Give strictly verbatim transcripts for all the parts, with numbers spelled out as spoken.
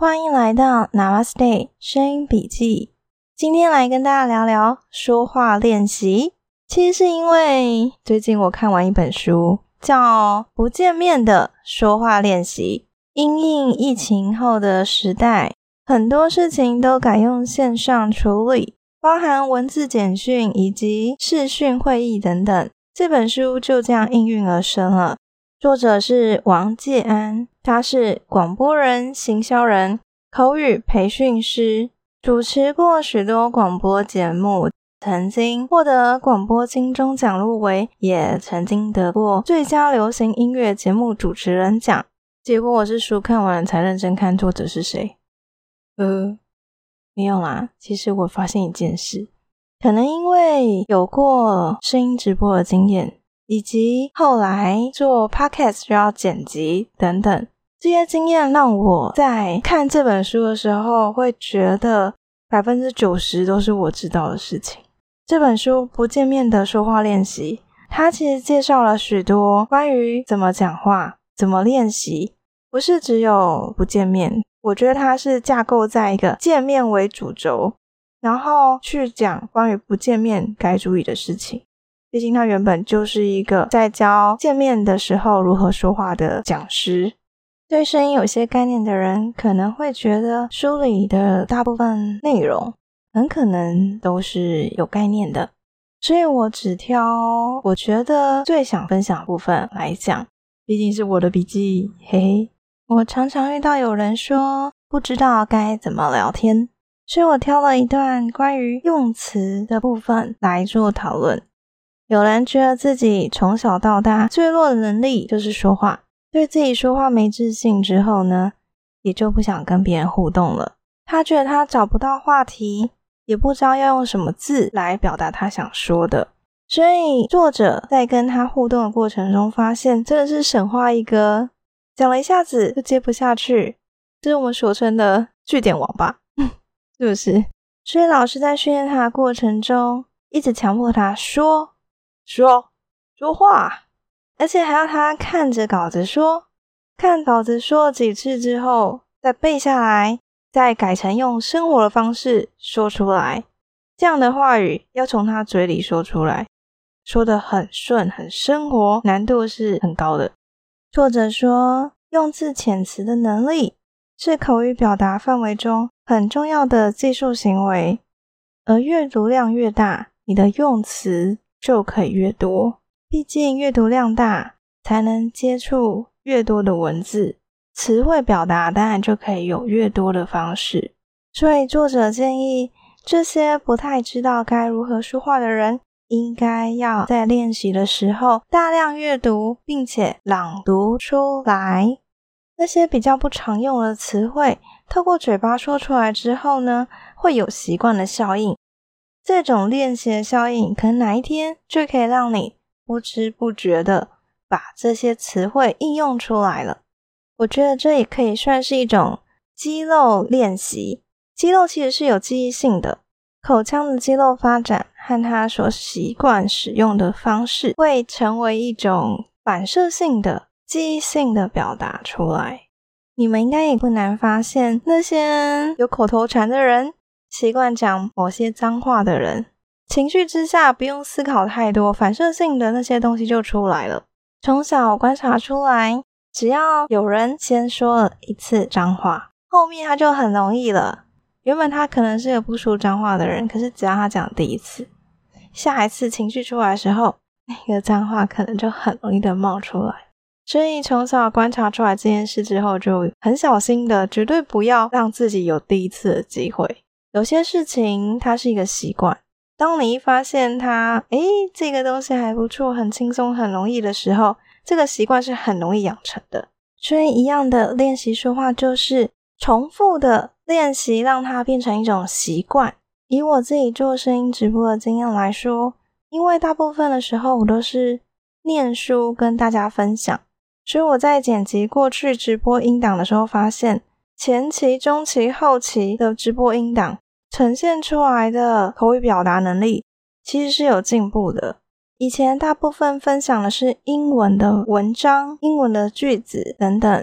欢迎来到 Namaste 声音笔记。今天来跟大家聊聊说话练习。其实是因为最近我看完一本书，叫《不见面的说话练习》。因应疫情后的时代，很多事情都改用线上处理，包含文字简讯以及视讯会议等等。这本书就这样应运而生了。作者是王介安，他是广播人、行销人、口语培训师，主持过许多广播节目，曾经获得广播金钟奖入围，也曾经得过最佳流行音乐节目主持人奖。结果我是书看完了才认真看作者是谁。呃，没有啦，其实我发现一件事，可能因为有过声音直播的经验，以及后来做 podcast 需要剪辑等等，这些经验让我在看这本书的时候会觉得 百分之九十 都是我知道的事情。这本书不见面的说话练习，它其实介绍了许多关于怎么讲话、怎么练习，不是只有不见面，我觉得它是架构在一个见面为主轴，然后去讲关于不见面该注意的事情。毕竟他原本就是一个在教见面的时候如何说话的讲师。对声音有些概念的人可能会觉得书里的大部分内容很可能都是有概念的，所以我只挑我觉得最想分享的部分来讲，毕竟是我的笔记，嘿嘿。我常常遇到有人说不知道该怎么聊天，所以我挑了一段关于用词的部分来做讨论。有人觉得自己从小到大最弱的能力就是说话，对自己说话没自信之后呢，也就不想跟别人互动了。他觉得他找不到话题，也不知道要用什么字来表达他想说的。所以作者在跟他互动的过程中发现，真的是神话一哥，讲了一下子就接不下去，这是我们所称的句点王吧是不是？所以老师在训练他的过程中一直强迫他说说说话，而且还要他看着稿子说，看稿子说了几次之后再背下来，再改成用生活的方式说出来。这样的话语要从他嘴里说出来，说得很顺很生活，难度是很高的。作者说，用字遣词的能力是口语表达范围中很重要的技术行为，而阅读量越大，你的用词就可以越多。毕竟阅读量大，才能接触越多的文字，词汇表达当然就可以有越多的方式。所以作者建议，这些不太知道该如何说话的人，应该要在练习的时候大量阅读，并且朗读出来。那些比较不常用的词汇，透过嘴巴说出来之后呢，会有习惯的效应。这种练习的效应，可能哪一天就可以让你不知不觉的把这些词汇应用出来了。我觉得这也可以算是一种肌肉练习。肌肉其实是有记忆性的，口腔的肌肉发展和它所习惯使用的方式，会成为一种反射性的、记忆性的表达出来。你们应该也不难发现，那些有口头禅的人，习惯讲某些脏话的人，情绪之下不用思考太多，反射性的那些东西就出来了。从小观察出来，只要有人先说了一次脏话，后面他就很容易了。原本他可能是个不说脏话的人，可是只要他讲第一次，下一次情绪出来的时候，那个脏话可能就很容易的冒出来。所以从小观察出来这件事之后，就很小心的，绝对不要让自己有第一次的机会。有些事情它是一个习惯，当你一发现它诶这个东西还不错，很轻松很容易的时候，这个习惯是很容易养成的。所以一样的练习说话，就是重复的练习，让它变成一种习惯。以我自己做声音直播的经验来说，因为大部分的时候我都是念书跟大家分享，所以我在剪辑过去直播音档的时候发现，前期、中期、后期的直播音档呈现出来的口语表达能力其实是有进步的。以前大部分分享的是英文的文章、英文的句子等等，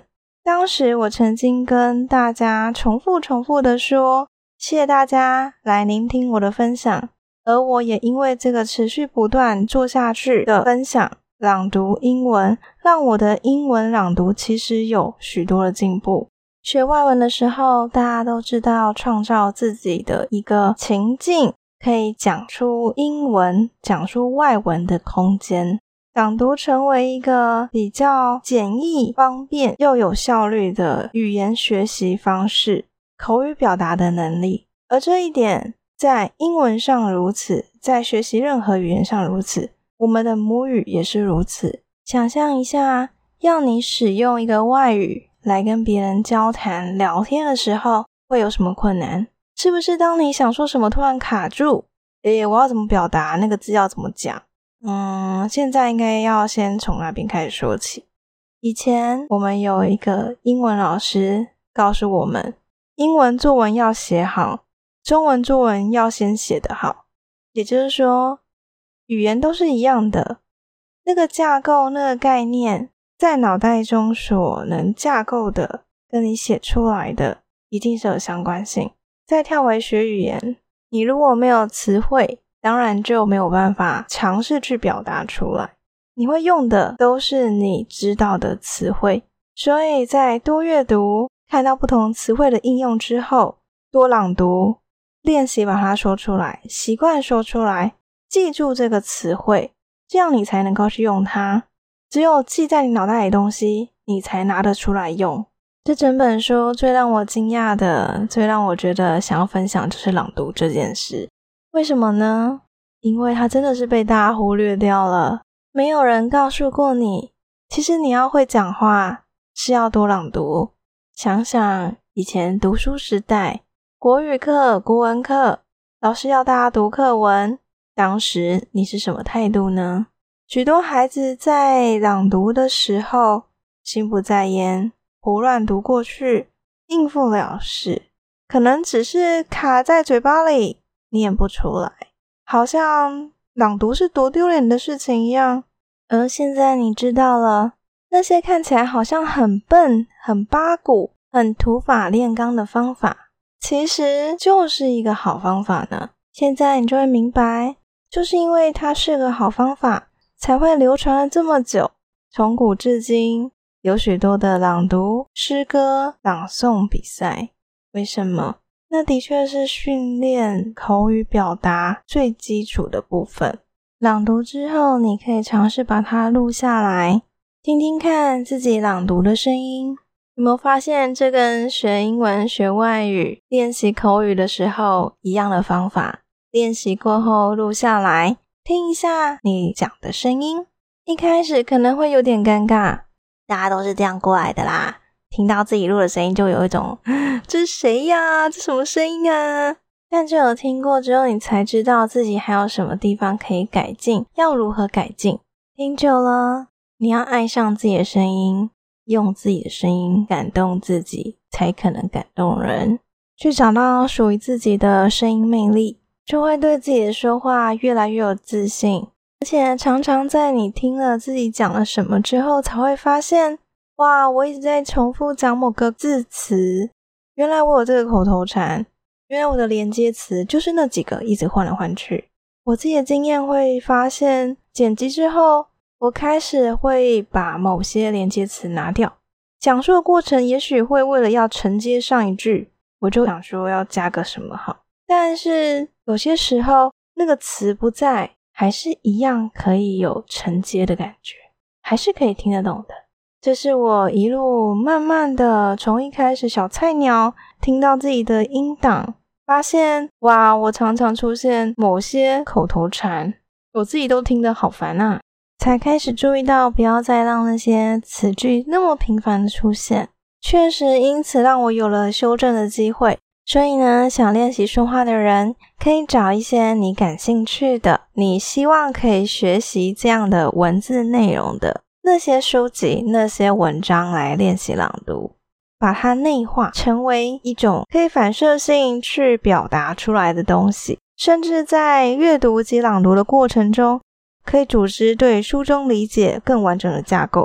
当时我曾经跟大家重复重复的说，谢谢大家来聆听我的分享，而我也因为这个持续不断做下去的分享朗读英文，让我的英文朗读其实有许多的进步。学外文的时候，大家都知道创造自己的一个情境，可以讲出英文、讲出外文的空间。朗读成为一个比较简易、方便又有效率的语言学习方式，口语表达的能力。而这一点在英文上如此，在学习任何语言上如此，我们的母语也是如此。想象一下，要你使用一个外语来跟别人交谈聊天的时候，会有什么困难？是不是当你想说什么突然卡住，诶，我要怎么表达，那个字要怎么讲？嗯，现在应该要先从那边开始说起。以前我们有一个英文老师告诉我们，英文作文要写好，中文作文要先写得好。也就是说，语言都是一样的，那个架构、那个概念在脑袋中所能架构的跟你写出来的一定是有相关性。再跳回学语言，你如果没有词汇，当然就没有办法尝试去表达出来，你会用的都是你知道的词汇。所以在多阅读，看到不同词汇的应用之后，多朗读，练习把它说出来，习惯说出来，记住这个词汇，这样你才能够去用它。只有记在你脑袋里的东西，你才拿得出来用。这整本书最让我惊讶的，最让我觉得想要分享就是朗读这件事。为什么呢？因为它真的是被大家忽略掉了。没有人告诉过你，其实你要会讲话是要多朗读。想想以前读书时代，国语课、国文课，老师要大家读课文，当时你是什么态度呢？许多孩子在朗读的时候心不在焉，胡乱读过去，应付了事，可能只是卡在嘴巴里，念不出来，好像朗读是多丢脸的事情一样。而现在你知道了，那些看起来好像很笨、很八股、很土法炼钢的方法，其实就是一个好方法呢。现在你就会明白，就是因为它是个好方法，才会流传了这么久。从古至今，有许多的朗读、诗歌、朗诵比赛。为什么？那的确是训练口语表达最基础的部分。朗读之后，你可以尝试把它录下来，听听看自己朗读的声音。有没有发现这跟学英文、学外语、练习口语的时候一样的方法？练习过后录下来，听一下你讲的声音。一开始可能会有点尴尬，大家都是这样过来的啦。听到自己录的声音就有一种这是谁呀？这什么声音啊？但只有听过之后，你才知道自己还有什么地方可以改进，要如何改进。听久了，你要爱上自己的声音，用自己的声音感动自己，才可能感动人。去找到属于自己的声音魅力，就会对自己的说话越来越有自信。而且常常在你听了自己讲了什么之后，才会发现，哇，我一直在重复讲某个字词，原来我有这个口头禅，原来我的连接词就是那几个，一直换来换去。我自己的经验会发现，剪辑之后，我开始会把某些连接词拿掉。讲述的过程也许会为了要承接上一句，我就想说要加个什么好。但是有些时候，那个词不在，还是一样可以有承接的感觉，还是可以听得懂的。这是我一路慢慢的从一开始小菜鸟听到自己的音档，发现哇，我常常出现某些口头禅，我自己都听得好烦啊，才开始注意到不要再让那些词句那么频繁的出现。确实因此让我有了修正的机会。所以呢，想练习说话的人可以找一些你感兴趣的，你希望可以学习这样的文字内容的那些书籍、那些文章来练习朗读，把它内化成为一种可以反射性去表达出来的东西，甚至在阅读及朗读的过程中，可以组织对书中理解更完整的架构。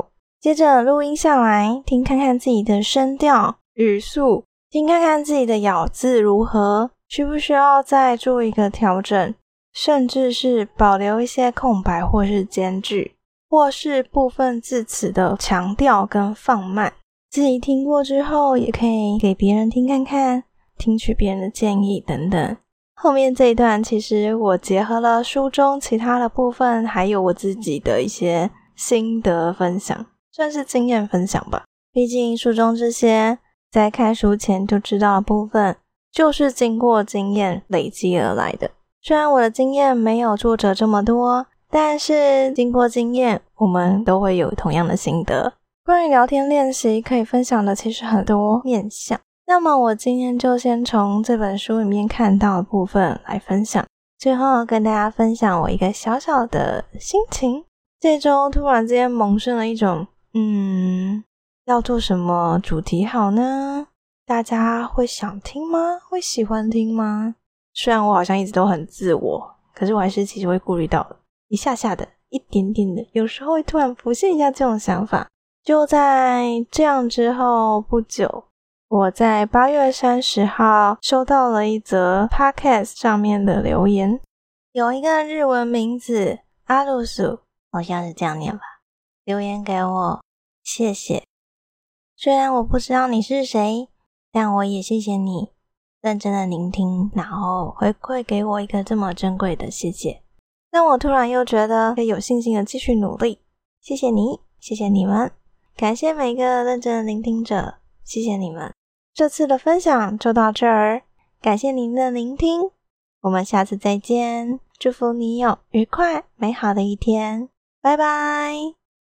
接着录音下来，听看看自己的声调、语速，听看看自己的咬字如何，需不需要再做一个调整，甚至是保留一些空白或是间距，或是部分字词的强调跟放慢。自己听过之后，也可以给别人听看看，听取别人的建议等等。后面这一段其实我结合了书中其他的部分，还有我自己的一些心得分享，算是经验分享吧。毕竟书中这些在看书前就知道的部分，就是经过经验累积而来的。虽然我的经验没有作者这么多，但是经过经验，我们都会有同样的心得。关于聊天练习可以分享的其实很多面向，那么我今天就先从这本书里面看到的部分来分享，最后跟大家分享我一个小小的心情。这周突然之间萌生了一种嗯，要做什么主题好呢？大家会想听吗？会喜欢听吗？虽然我好像一直都很自我，可是我还是其实会顾虑到一下下的一点点的，有时候会突然浮现一下这种想法。就在这样之后不久，我在八月三十号收到了一则 podcast 上面的留言，有一个日文名字阿鲁苏，好像是这样念吧，留言给我，谢谢。虽然我不知道你是谁，但我也谢谢你认真的聆听，然后回馈给我一个这么珍贵的谢谢，让我突然又觉得可以有信心的继续努力。谢谢你，谢谢你们，感谢每个认真的聆听者，谢谢你们。这次的分享就到这儿，感谢您的聆听，我们下次再见，祝福你有愉快美好的一天，拜拜。